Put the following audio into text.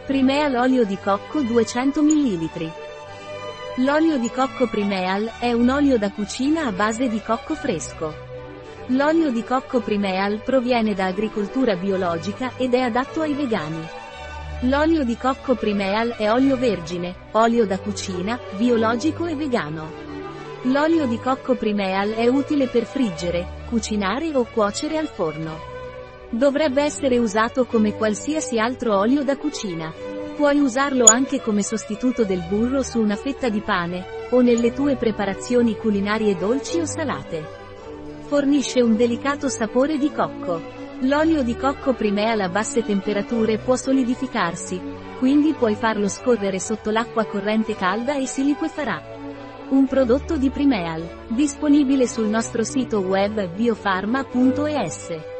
Primeal olio di cocco 200 ml. L'olio di cocco Primeal è un olio da cucina a base di cocco fresco. L'olio di cocco Primeal proviene da agricoltura biologica ed è adatto ai vegani. L'olio di cocco Primeal è olio vergine, olio da cucina, biologico e vegano. L'olio di cocco Primeal è utile per friggere, cucinare o cuocere al forno. Dovrebbe essere usato come qualsiasi altro olio da cucina. Puoi usarlo anche come sostituto del burro su una fetta di pane, o nelle tue preparazioni culinarie dolci o salate. Fornisce un delicato sapore di cocco. L'olio di cocco Primeal a basse temperature può solidificarsi, quindi puoi farlo scorrere sotto l'acqua corrente calda e si liquefarà. Un prodotto di Primeal, disponibile sul nostro sito web biofarma.es.